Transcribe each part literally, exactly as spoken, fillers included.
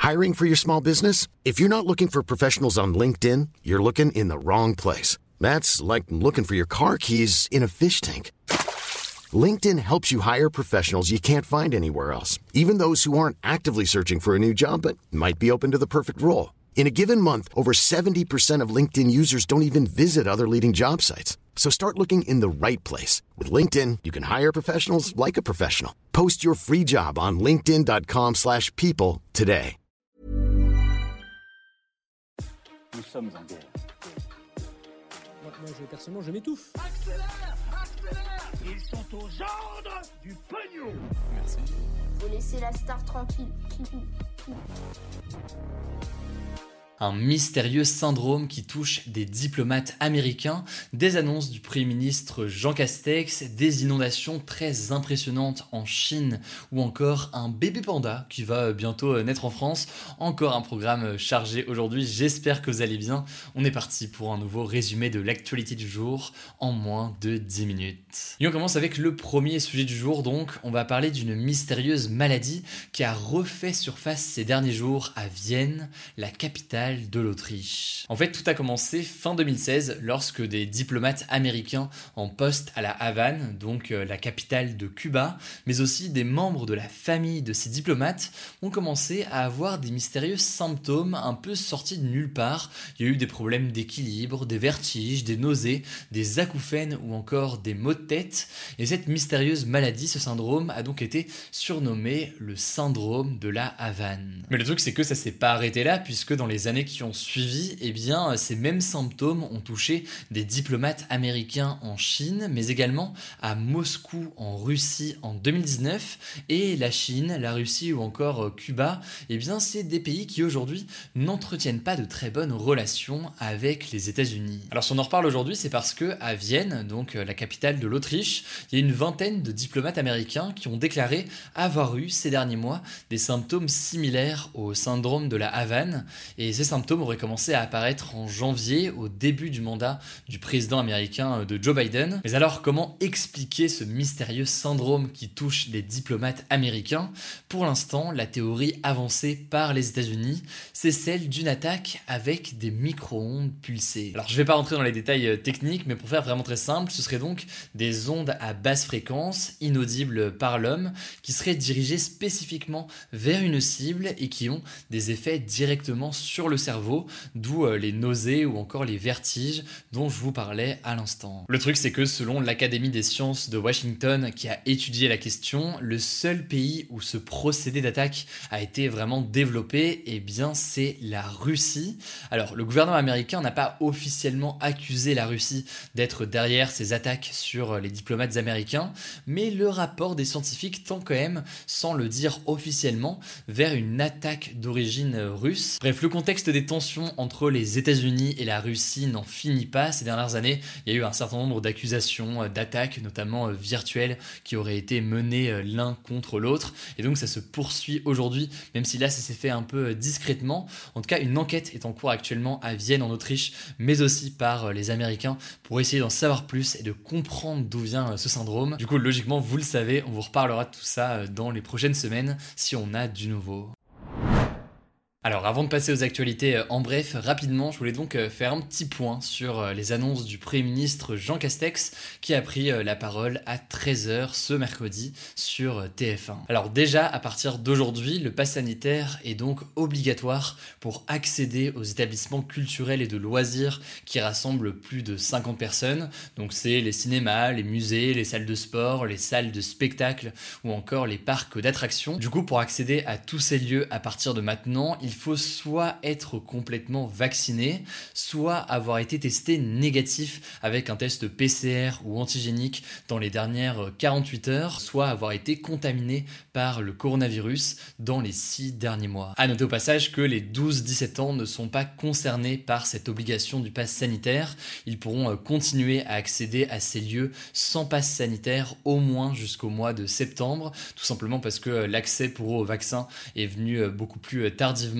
Hiring for your small business? If you're not looking for professionals on LinkedIn, you're looking in the wrong place. That's like looking for your car keys in a fish tank. LinkedIn helps you hire professionals you can't find anywhere else, even those who aren't actively searching for a new job but might be open to the perfect role. In a given month, over seventy percent of LinkedIn users don't even visit other leading job sites. So start looking in the right place. With LinkedIn, you can hire professionals like a professional. Post your free job on linkedin.com slash people today. Nous sommes en guerre. Moi, moi je, personnellement, je m'étouffe. Accélère, accélère. Ils sont aux ordres du pognon. Merci. Faut laisser la star tranquille. Un mystérieux syndrome qui touche des diplomates américains, des annonces du Premier ministre Jean Castex, des inondations très impressionnantes en Chine ou encore un bébé panda qui va bientôt naître en France. Encore un programme chargé aujourd'hui, j'espère que vous allez bien. On est parti pour un nouveau résumé de l'actualité du jour en moins de dix minutes. Et on commence avec le premier sujet du jour, donc on va parler d'une mystérieuse maladie qui a refait surface ces derniers jours à Vienne, la capitale de l'Autriche. En fait, tout a commencé fin deux mille seize lorsque des diplomates américains en poste à la Havane, donc euh, la capitale de Cuba, mais aussi des membres de la famille de ces diplomates ont commencé à avoir des mystérieux symptômes un peu sortis de nulle part. Il y a eu des problèmes d'équilibre, des vertiges, des nausées, des acouphènes ou encore des maux de tête. Et cette mystérieuse maladie, ce syndrome, a donc été surnommé le syndrome de la Havane. Mais le truc, c'est que ça s'est pas arrêté là, puisque dans les années qui ont suivi, eh bien, ces mêmes symptômes ont touché des diplomates américains en Chine, mais également à Moscou en Russie en deux mille dix-neuf. Et la Chine, la Russie ou encore Cuba, eh bien, c'est des pays qui aujourd'hui n'entretiennent pas de très bonnes relations avec les États-Unis. Alors si on en reparle aujourd'hui, c'est parce que à Vienne, donc la capitale de l'Autriche, il y a une vingtaine de diplomates américains qui ont déclaré avoir eu ces derniers mois des symptômes similaires au syndrome de la Havane. Et ces symptômes auraient commencé à apparaître en janvier, au début du mandat du président américain de Joe Biden. Mais alors, comment expliquer ce mystérieux syndrome qui touche les diplomates américains ? Pour l'instant, la théorie avancée par les États-Unis, c'est celle d'une attaque avec des micro-ondes pulsées. Alors, je ne vais pas rentrer dans les détails techniques, mais pour faire vraiment très simple, ce serait donc des ondes à basse fréquence, inaudibles par l'homme, qui seraient dirigées spécifiquement vers une cible et qui ont des effets directement sur le cerveau, d'où les nausées ou encore les vertiges dont je vous parlais à l'instant. Le truc, c'est que selon l'Académie des sciences de Washington qui a étudié la question, le seul pays où ce procédé d'attaque a été vraiment développé, eh bien c'est la Russie. Alors le gouvernement américain n'a pas officiellement accusé la Russie d'être derrière ces attaques sur les diplomates américains, mais le rapport des scientifiques tend quand même, sans le dire officiellement, vers une attaque d'origine russe. Bref, le contexte des tensions entre les États-Unis et la Russie n'en finit pas. Ces dernières années, il y a eu un certain nombre d'accusations, d'attaques, notamment virtuelles, qui auraient été menées l'un contre l'autre. Et donc ça se poursuit aujourd'hui, même si là ça s'est fait un peu discrètement. En tout cas, une enquête est en cours actuellement à Vienne en Autriche, mais aussi par les Américains, pour essayer d'en savoir plus et de comprendre d'où vient ce syndrome. Du coup, logiquement, vous le savez, on vous reparlera de tout ça dans les prochaines semaines si on a du nouveau. Alors avant de passer aux actualités en bref, rapidement, je voulais donc faire un petit point sur les annonces du Premier ministre Jean Castex qui a pris la parole à treize heures ce mercredi sur T F un. Alors déjà, à partir d'aujourd'hui, le pass sanitaire est donc obligatoire pour accéder aux établissements culturels et de loisirs qui rassemblent plus de cinquante personnes. Donc c'est les cinémas, les musées, les salles de sport, les salles de spectacle ou encore les parcs d'attractions. Du coup, pour accéder à tous ces lieux à partir de maintenant, il faut soit être complètement vacciné, soit avoir été testé négatif avec un test P C R ou antigénique dans les dernières quarante-huit heures, soit avoir été contaminé par le coronavirus dans les six derniers mois. À noter au passage que les douze dix-sept ans ne sont pas concernés par cette obligation du pass sanitaire. Ils pourront continuer à accéder à ces lieux sans pass sanitaire au moins jusqu'au mois de septembre, tout simplement parce que l'accès pour eux au vaccin est venu beaucoup plus tardivement.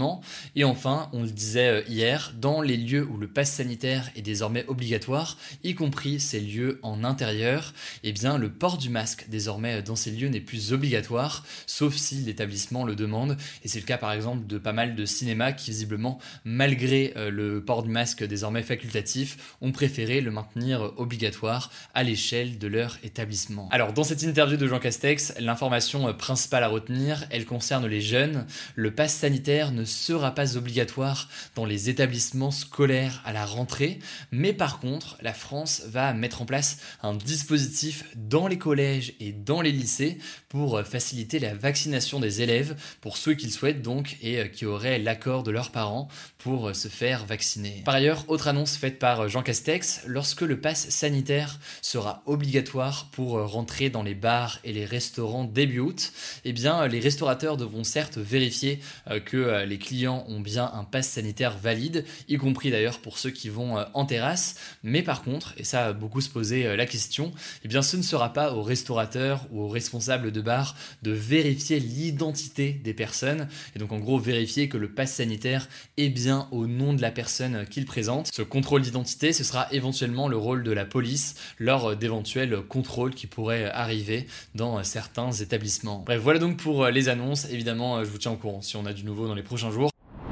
l'environnement. Et enfin, on le disait hier, dans les lieux où le pass sanitaire est désormais obligatoire, y compris ces lieux en intérieur, eh bien le port du masque désormais dans ces lieux n'est plus obligatoire, sauf si l'établissement le demande. Et c'est le cas par exemple de pas mal de cinémas qui visiblement, malgré euh, le port du masque désormais facultatif, ont préféré le maintenir obligatoire à l'échelle de leur établissement. Alors dans cette interview de Jean Castex, l'information principale à retenir, elle concerne les jeunes. Le pass sanitaire ne sera pas obligatoire dans les établissements scolaires à la rentrée, mais par contre, la France va mettre en place un dispositif dans les collèges et dans les lycées pour faciliter la vaccination des élèves, pour ceux qui le souhaitent donc et qui auraient l'accord de leurs parents pour se faire vacciner. Par ailleurs, autre annonce faite par Jean Castex, lorsque le pass sanitaire sera obligatoire pour rentrer dans les bars et les restaurants début août, eh bien les restaurateurs devront certes vérifier que les clients ont bien un pass sanitaire valide, y compris d'ailleurs pour ceux qui vont en terrasse, mais par contre, et ça beaucoup se poser la question, eh bien ce ne sera pas aux restaurateurs ou aux responsables de bar de vérifier l'identité des personnes, et donc en gros vérifier que le pass sanitaire est bien au nom de la personne qu'il présente. Ce contrôle d'identité, ce sera éventuellement le rôle de la police lors d'éventuels contrôles qui pourraient arriver dans certains établissements. Bref, voilà donc pour les annonces. Évidemment, je vous tiens au courant si on a du nouveau dans les prochains jours.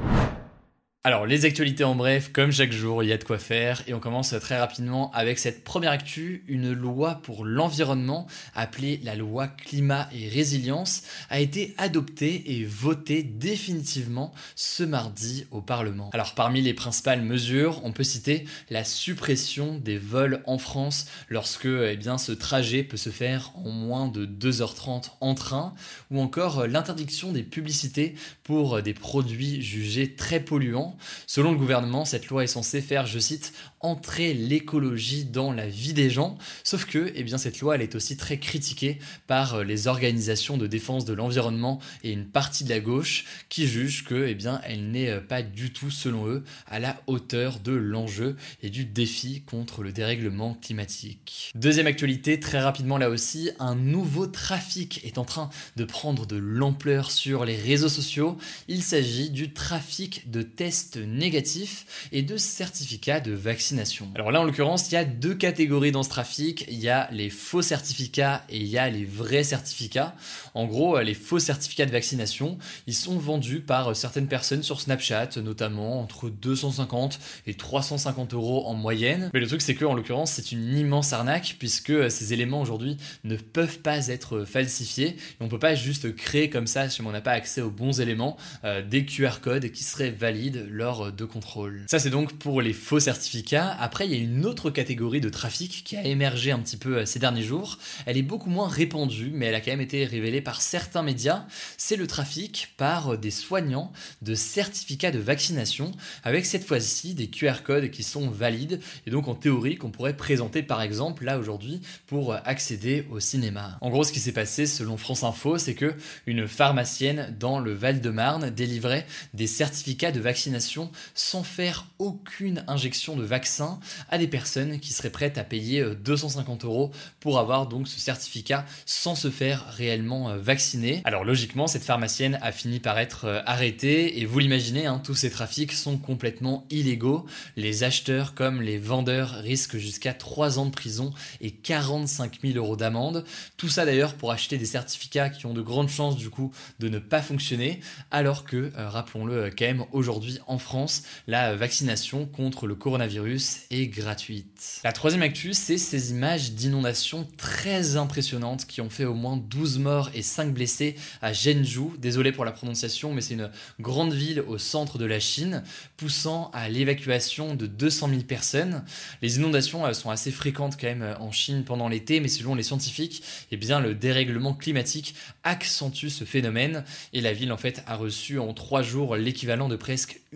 Alors, les actualités en bref, comme chaque jour, il y a de quoi faire et on commence très rapidement avec cette première actu. Une loi pour l'environnement, appelée la loi climat et résilience, a été adoptée et votée définitivement ce mardi au Parlement. Alors, parmi les principales mesures, on peut citer la suppression des vols en France lorsque eh bien, ce trajet peut se faire en moins de deux heures trente en train, ou encore l'interdiction des publicités pour des produits jugés très polluants. Selon le gouvernement, cette loi est censée faire, je cite, entrer l'écologie dans la vie des gens, sauf que eh bien, cette loi elle est aussi très critiquée par les organisations de défense de l'environnement et une partie de la gauche qui jugent que eh bien, elle n'est pas du tout, selon eux, à la hauteur de l'enjeu et du défi contre le dérèglement climatique. Deuxième actualité, très rapidement là aussi, un nouveau trafic est en train de prendre de l'ampleur sur les réseaux sociaux. Il s'agit du trafic de tests négatifs et de certificats de vaccination. Alors là, en l'occurrence, il y a deux catégories dans ce trafic. Il y a les faux certificats et il y a les vrais certificats. En gros, les faux certificats de vaccination, ils sont vendus par certaines personnes sur Snapchat, notamment entre deux cent cinquante et trois cent cinquante euros en moyenne. Mais le truc, c'est que, en l'occurrence, c'est une immense arnaque puisque ces éléments aujourd'hui ne peuvent pas être falsifiés. Et on ne peut pas juste créer comme ça, si on n'a pas accès aux bons éléments, euh, des Q R codes qui seraient valides lors de contrôle. Ça, c'est donc pour les faux certificats. Après, il y a une autre catégorie de trafic qui a émergé un petit peu ces derniers jours. Elle est beaucoup moins répandue, mais elle a quand même été révélée par certains médias. C'est le trafic par des soignants de certificats de vaccination, avec cette fois-ci des Q R codes qui sont valides, et donc en théorie qu'on pourrait présenter par exemple là aujourd'hui pour accéder au cinéma. En gros, ce qui s'est passé selon France Info, c'est que une pharmacienne dans le Val-de-Marne délivrait des certificats de vaccination sans faire aucune injection de vaccin à des personnes qui seraient prêtes à payer deux cent cinquante euros pour avoir donc ce certificat sans se faire réellement vacciner. Alors logiquement, cette pharmacienne a fini par être arrêtée et vous l'imaginez, hein, tous ces trafics sont complètement illégaux. Les acheteurs comme les vendeurs risquent jusqu'à trois ans de prison et quarante-cinq mille euros d'amende. Tout ça d'ailleurs pour acheter des certificats qui ont de grandes chances du coup de ne pas fonctionner, alors que, euh, rappelons-le quand même, aujourd'hui en France, la vaccination contre le coronavirus est gratuite. La troisième actu, c'est ces images d'inondations très impressionnantes qui ont fait au moins douze morts et cinq blessés à Zhengzhou. Désolé pour la prononciation, mais c'est une grande ville au centre de la Chine, poussant à l'évacuation de deux cent mille personnes. Les inondations sont assez fréquentes quand même en Chine pendant l'été, mais selon les scientifiques, eh bien, le dérèglement climatique accentue ce phénomène et la ville en fait a reçu en trois jours l'équivalent de presque une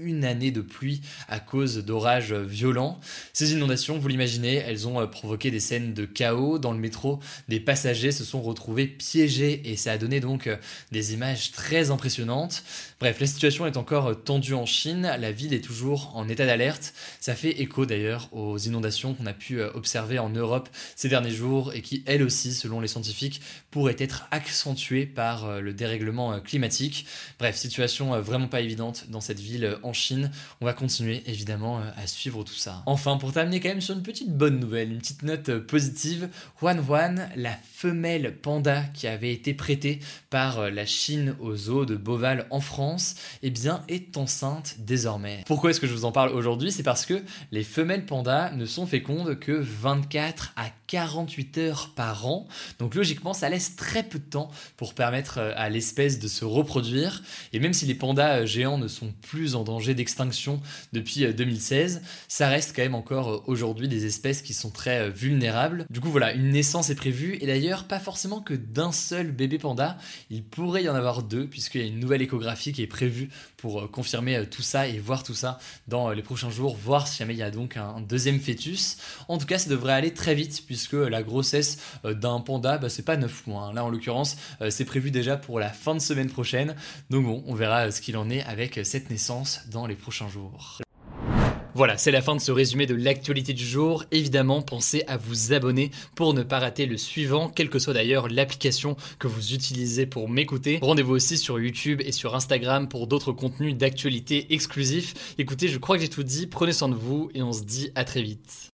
une année de pluie à cause d'orages violents. Ces inondations, vous l'imaginez, elles ont provoqué des scènes de chaos. Dans le métro, des passagers se sont retrouvés piégés et ça a donné donc des images très impressionnantes. Bref, la situation est encore tendue en Chine, la ville est toujours en état d'alerte. Ça fait écho d'ailleurs aux inondations qu'on a pu observer en Europe ces derniers jours et qui, elles aussi, selon les scientifiques, pourraient être accentuées par le dérèglement climatique. Bref, situation vraiment pas évidente dans cette ville en Chine. On va continuer évidemment à suivre tout ça. Enfin, pour terminer quand même sur une petite bonne nouvelle, une petite note positive, Huan Huan, la femelle panda qui avait été prêtée par la Chine au zoo de Beauval en France, eh bien est enceinte désormais. Pourquoi est-ce que je vous en parle aujourd'hui? C'est parce que les femelles pandas ne sont fécondes que vingt-quatre à quarante-huit heures par an. Donc logiquement, ça laisse très peu de temps pour permettre à l'espèce de se reproduire. Et même si les pandas géants ne sont plus en danger d'extinction depuis deux mille seize, ça reste quand même encore aujourd'hui des espèces qui sont très vulnérables. Du coup voilà, une naissance est prévue et d'ailleurs pas forcément que d'un seul bébé panda, il pourrait y en avoir deux puisqu'il y a une nouvelle échographie qui est prévue pour confirmer tout ça et voir tout ça dans les prochains jours, voir si jamais il y a donc un deuxième fœtus. En tout cas, ça devrait aller très vite puisque la grossesse d'un panda, bah, c'est pas neuf mois. Hein. Là, en l'occurrence, c'est prévu déjà pour la fin de semaine prochaine. Donc bon, on verra ce qu'il en est avec cette naissance dans les prochains jours. Voilà, c'est la fin de ce résumé de l'actualité du jour. Évidemment, pensez à vous abonner pour ne pas rater le suivant, quelle que soit d'ailleurs l'application que vous utilisez pour m'écouter. Rendez-vous aussi sur YouTube et sur Instagram pour d'autres contenus d'actualité exclusifs. Écoutez, je crois que j'ai tout dit, prenez soin de vous et on se dit à très vite.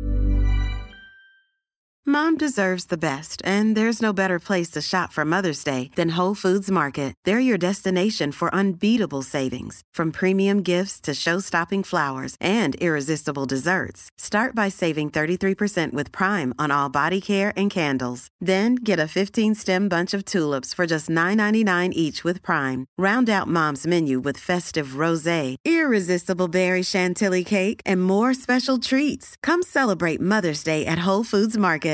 Mom deserves the best, and there's no better place to shop for Mother's Day than Whole Foods Market. They're your destination for unbeatable savings, from premium gifts to show-stopping flowers and irresistible desserts. Start by saving thirty-three percent with Prime on all body care and candles. Then get a fifteen-stem bunch of tulips for just nine ninety-nine each with Prime. Round out Mom's menu with festive rosé, irresistible berry chantilly cake, and more special treats. Come celebrate Mother's Day at Whole Foods Market.